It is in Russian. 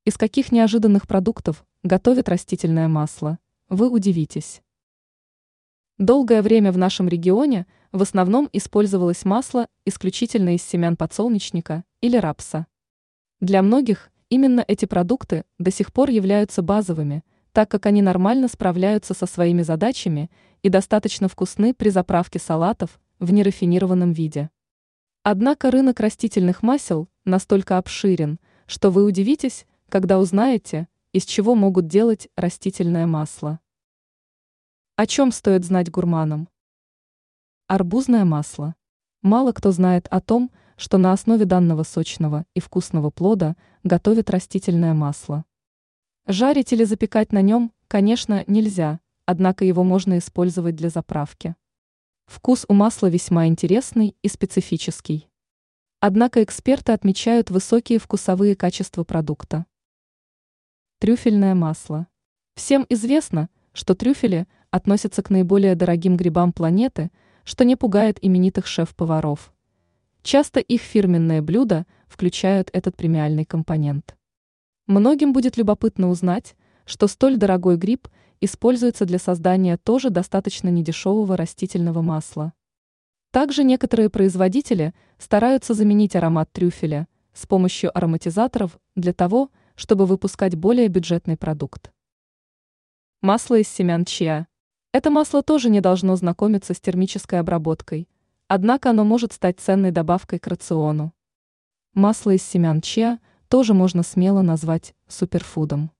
Из каких неожиданных продуктов готовят растительное масло? Вы удивитесь. Долгое время в нашем регионе в основном использовалось масло исключительно из семян подсолнечника или рапса. Для многих именно эти продукты до сих пор являются базовыми, так как они нормально справляются со своими задачами и достаточно вкусны при заправке салатов в нерафинированном виде. Однако рынок растительных масел настолько обширен, что вы удивитесь, когда узнаете, из чего могут делать растительное масло. О чем стоит знать гурманам? Арбузное масло. Мало кто знает о том, что на основе данного сочного и вкусного плода готовят растительное масло. Жарить или запекать на нем, конечно, нельзя, однако его можно использовать для заправки. Вкус у масла весьма интересный и специфический. Однако эксперты отмечают высокие вкусовые качества продукта. Трюфельное масло. Всем известно, что трюфели относятся к наиболее дорогим грибам планеты, что не пугает именитых шеф-поваров. Часто их фирменные блюда включают этот премиальный компонент. Многим будет любопытно узнать, что столь дорогой гриб используется для создания тоже достаточно недешевого растительного масла. Также некоторые производители стараются заменить аромат трюфеля с помощью ароматизаторов для того, чтобы выпускать более бюджетный продукт. Масло из семян чиа. Это масло тоже не должно знакомиться с термической обработкой, однако оно может стать ценной добавкой к рациону. Масло из семян чиа тоже можно смело назвать суперфудом.